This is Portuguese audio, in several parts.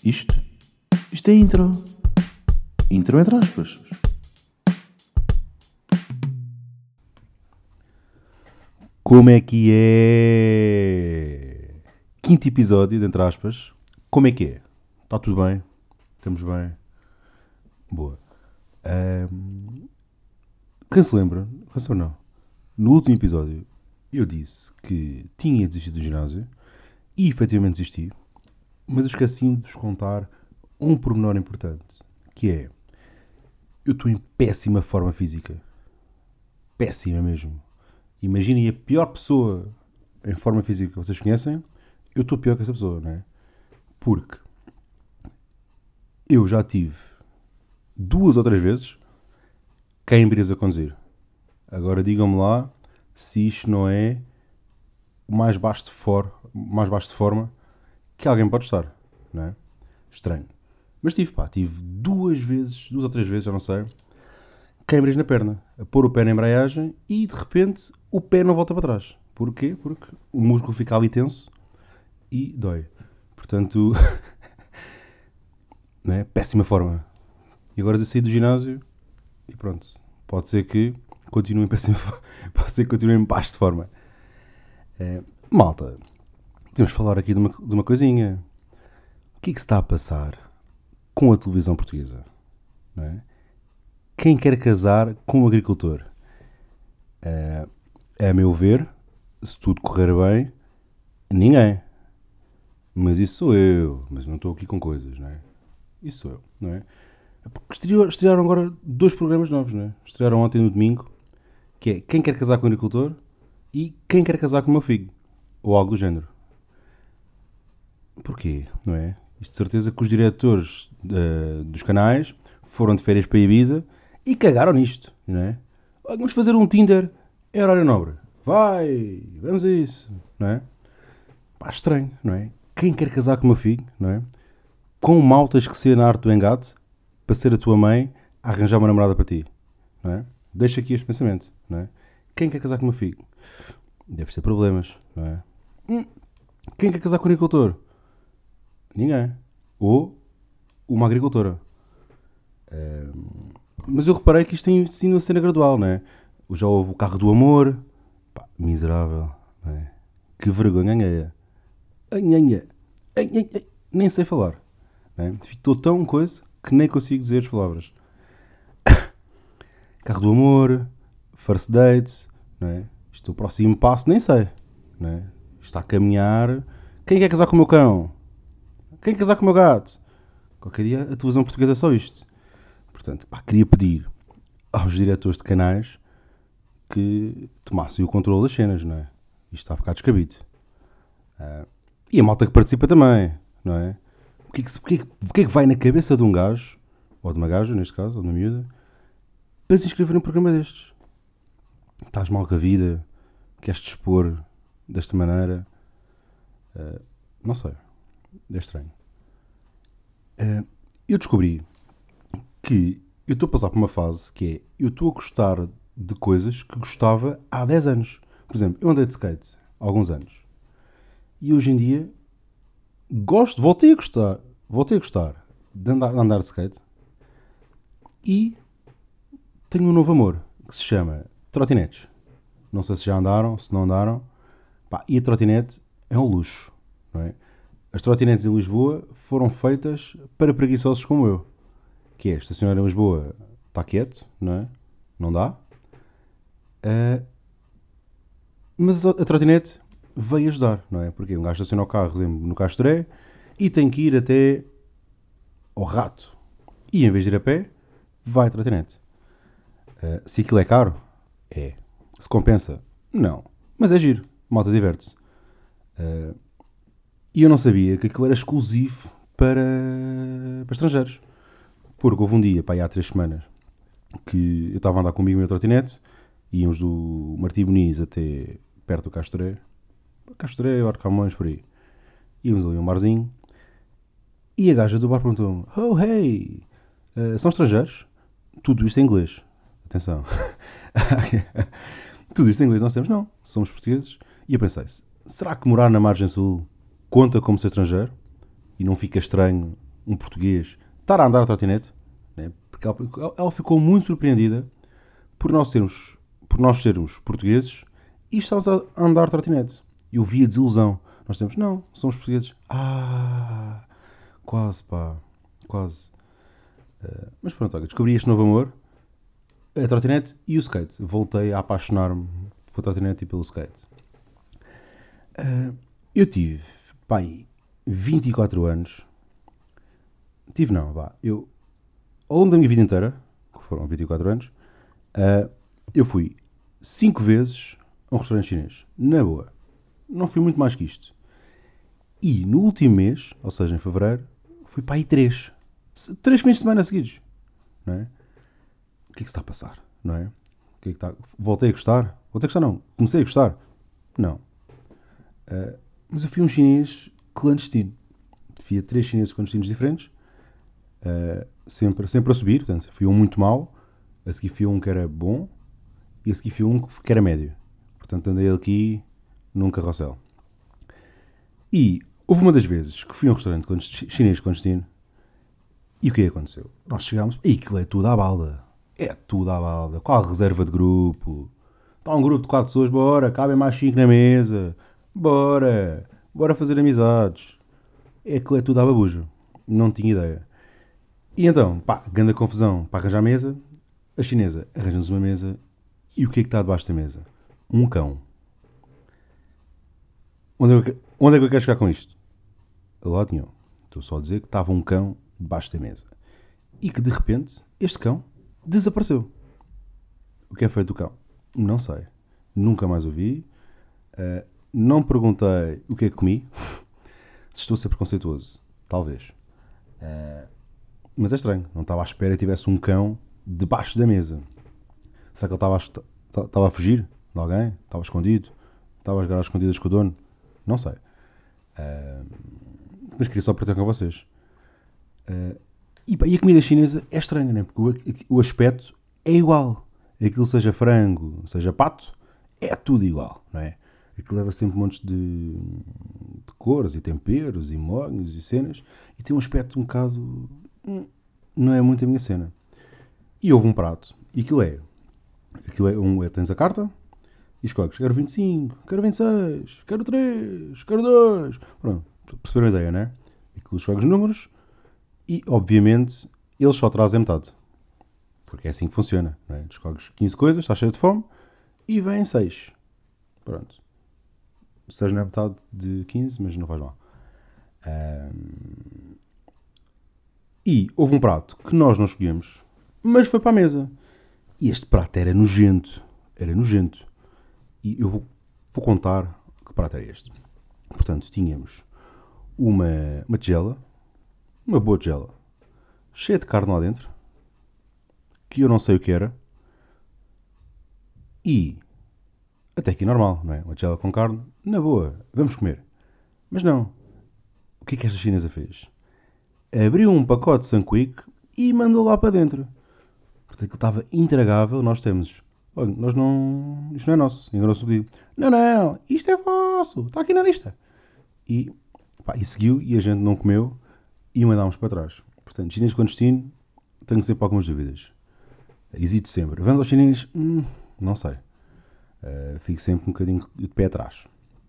Isto? Isto é intro. Intro entre aspas. Como é que é? Quinto episódio, de entre aspas. Como é que é? Está tudo bem? Estamos bem? Boa. Quem se lembra? Quem se lembra não? No último episódio eu disse que tinha desistido do ginásio e efetivamente desisti, mas eu esqueci-me de vos contar um pormenor importante, que é, eu estou em péssima forma física. Péssima mesmo. Imaginem a pior pessoa em forma física que vocês conhecem, eu estou pior que essa pessoa, não é? Porque eu já tive 2 ou 3 vezes câimbras a conduzir. Agora digam-me lá se isto não é o mais baixo de forma que alguém pode estar, não é? Estranho. Mas tive 2 ou 3 vezes, já não sei, câimbras na perna, a pôr o pé na embreagem e de repente o pé não volta para trás. Porquê? Porque o músculo fica ali tenso e dói. Portanto, não é? Péssima forma. E agora eu saí do ginásio e pronto. Pode ser que continue em péssima forma. Pode ser que continue em baixo de forma. Malta, podemos falar aqui de uma coisinha. O que é que se está a passar com a televisão portuguesa? Não é? Quem quer casar com um agricultor? A meu ver, se tudo correr bem, ninguém. Mas isso sou eu. Mas não estou aqui com coisas, não é? Isso sou eu, não é? Porque estrearam agora 2 programas novos, não é? Estrearam ontem no domingo, que é Quem quer casar com um agricultor e Quem quer casar com o meu filho. Ou algo do género. Porquê, não é? Isto de certeza que os diretores dos canais foram de férias para Ibiza e cagaram nisto, não é? Vamos fazer um Tinder, é horário nobre. Vai, vamos a isso, não é? Pá, estranho, não é? Quem quer casar com o meu filho, não é? Quão mal tens que ser na arte do engate para ser a tua mãe a arranjar uma namorada para ti, não é? Deixa aqui este pensamento, não é? Quem quer casar com o meu filho? Deve ter problemas, não é? Quem quer casar com o agricultor? Ninguém. Ou uma agricultora. Mas eu reparei que isto tem sido uma cena gradual, não é? Já houve o carro do amor. Pá, miserável, não é? Que vergonha é. Nem sei falar. Não é? Estou tão coisa que nem consigo dizer as palavras. Carro do amor, first dates, não é? Isto é o próximo passo, nem sei. Não é? Está a caminhar. Quem quer casar com o meu cão? Quem quer casar com o meu gato? Qualquer dia a televisão portuguesa é só isto. Portanto, pá, queria pedir aos diretores de canais que tomassem o controle das cenas, não é? Isto está a ficar descabido. E a malta que participa também, não é? O que é que vai na cabeça de um gajo, ou de uma gaja, neste caso, ou de uma miúda, para se inscrever num programa destes? Estás mal com a vida? Queres te expor desta maneira? Não sei. É estranho. Eu descobri que eu estou a passar por uma fase que é, eu estou a gostar de coisas que gostava há 10 anos. Por exemplo, eu andei de skate há alguns anos. E hoje em dia voltei a gostar de andar de skate. E tenho um novo amor, que se chama trotinetes. Não sei se já andaram, se não andaram. Pá, e a trotinete é um luxo, não é? As trotinetes em Lisboa foram feitas para preguiçosos como eu. Que é, estacionar em Lisboa está quieto, não é? Não dá. Mas a trotinete veio ajudar, não é? Porque um gajo estaciona o carro, por exemplo, no Castoré e tem que ir até ao Rato. E em vez de ir a pé, vai a trotinete. Se aquilo é caro, é. Se compensa, não. Mas é giro, a malta diverte-se. E eu não sabia que aquilo era exclusivo para estrangeiros. Porque houve um dia, pá, há 3 semanas, que eu estava a andar comigo e o meu trotinete, íamos do Martim Muniz até perto do Castoré, Camões, por aí. Íamos ali a um barzinho, e a gaja do bar perguntou-me, oh, hey, são estrangeiros? Tudo isto em inglês. Atenção. Tudo isto em inglês nós temos? Não, somos portugueses. E eu pensei, será que morar na margem sul conta como ser estrangeiro? E não fica estranho um português, estar a andar a trotinete, né? Porque ela ficou muito surpreendida por nós sermos portugueses e estávamos a andar a trotinete. Eu vi a desilusão. Nós temos, não, somos portugueses. Quase, pá, quase. Mas pronto, olha, descobri este novo amor, a trotinete e o skate. Voltei a apaixonar-me pela trotinete e pelo skate. Eu tive, pai, 24 anos. Tive não, vá. Eu, ao longo da minha vida inteira, que foram 24 anos, eu fui 5 vezes a um restaurante chinês. Na boa. Não fui muito mais que isto. E no último mês, ou seja, em fevereiro, fui para aí 3. 3 fins de semana seguidos. Não é? O que é que se está a passar? Não é? O que é que está... Voltei a gostar? Voltei a gostar não. Comecei a gostar? Não. Mas eu fui um chinês clandestino. Fui a 3 chineses clandestinos diferentes. Sempre a subir. Portanto, fui um muito mau. A seguir fui um que era bom. E a seguir fui um que era médio. Portanto, andei aqui num carrossel. E houve uma das vezes que fui a um restaurante chinês clandestino. E o que aconteceu? Nós chegámos e aquilo é tudo à balda. É tudo à balda. Qual a reserva de grupo? Está um grupo de 4 pessoas, bora, cabem mais 5 na mesa. Bora, bora fazer amizades. Aquilo é tudo à babuja. Não tinha ideia. E então, pá, grande confusão para arranjar a mesa. A chinesa arranja-nos uma mesa. E o que é que está debaixo da mesa? Um cão. Onde é que eu quero chegar com isto? A lado nenhum. Estou só a dizer que estava um cão debaixo da mesa. E que de repente, este cão desapareceu. O que é feito do cão? Não sei. Nunca mais o vi. Não perguntei o que é que comi. Se estou a ser preconceituoso. Talvez. Mas é estranho. Não estava à espera que tivesse um cão debaixo da mesa. Será que ele estava a fugir de alguém? Estava escondido? Estava a jogar às escondidas com o dono? Não sei. Mas queria só partilhar com vocês. E a comida chinesa é estranha, né? Porque o aspecto é igual. Aquilo seja frango, seja pato, é tudo igual, não é? Aquilo leva sempre montes de cores e temperos e molhos e cenas e tem um aspecto um bocado... não é muito a minha cena. E houve um prato. E tens a carta e escolhes. Quero 25, quero 26, quero 3, quero 2. Pronto, perceberam a ideia, né? Aquilo escolhes números e, obviamente, eles só trazem metade. Porque é assim que funciona. Não é? Escolhes 15 coisas, estás cheio de fome e vem 6. Pronto. 6 não é metade de 15, mas não faz mal. E houve um prato que nós não escolhemos, mas foi para a mesa. E este prato era nojento. Era nojento. E eu vou contar que prato era este. Portanto, tínhamos uma tigela, uma boa tigela, cheia de carne lá dentro, que eu não sei o que era, e até aqui normal, não é? Uma tigela com carne, na boa, vamos comer. Mas não. O que é que esta chinesa fez? Abriu um pacote de sanquique e mandou lá para dentro. Portanto, aquilo estava intragável. Nós temos... Olha, nós não... Isto não é nosso. Enganou-se o pedido. Não. Isto é vosso. Está aqui na lista. E seguiu e a gente não comeu e mandámos para trás. Portanto, chinês clandestino, tenho sempre algumas dúvidas. Hesito sempre. Vamos aos chinês? Não sei. Fico sempre um bocadinho de pé atrás.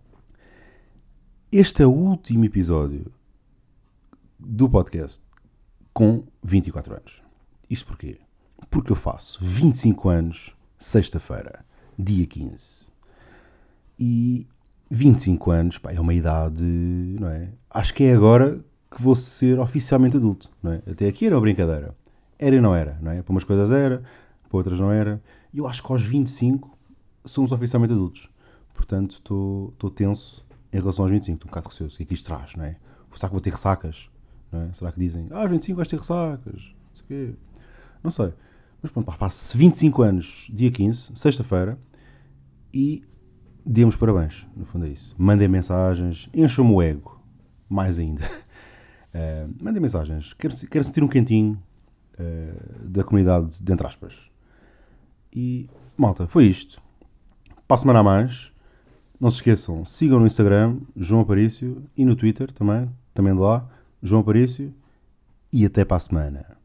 Este é o último episódio do podcast com 24 anos. Isto porquê? Porque eu faço 25 anos sexta-feira, dia 15. E 25 anos, pá, é uma idade, não é? Acho que é agora que vou ser oficialmente adulto, não é? Até aqui era uma brincadeira. Era e não era, não é? Para umas coisas era, para outras não era. E eu acho que aos 25 somos oficialmente adultos. Portanto, estou tenso em relação aos 25. Estou um bocado receoso. O que é que isto traz, não é? Será que vou ter ressacas? Não é? Será que dizem, aos 25 vais ter ressacas? Não sei o quê. Não sei. Mas pronto, faço 25 anos, dia 15, sexta-feira, e demos parabéns, no fundo é isso. Mandem mensagens, encham-me o ego, mais ainda. Mandem mensagens, quero sentir um quentinho da comunidade, de entre aspas. E, malta, foi isto. Para a semana a mais, não se esqueçam, sigam no Instagram, João Aparício, e no Twitter também de lá, João Aparício, e até para a semana.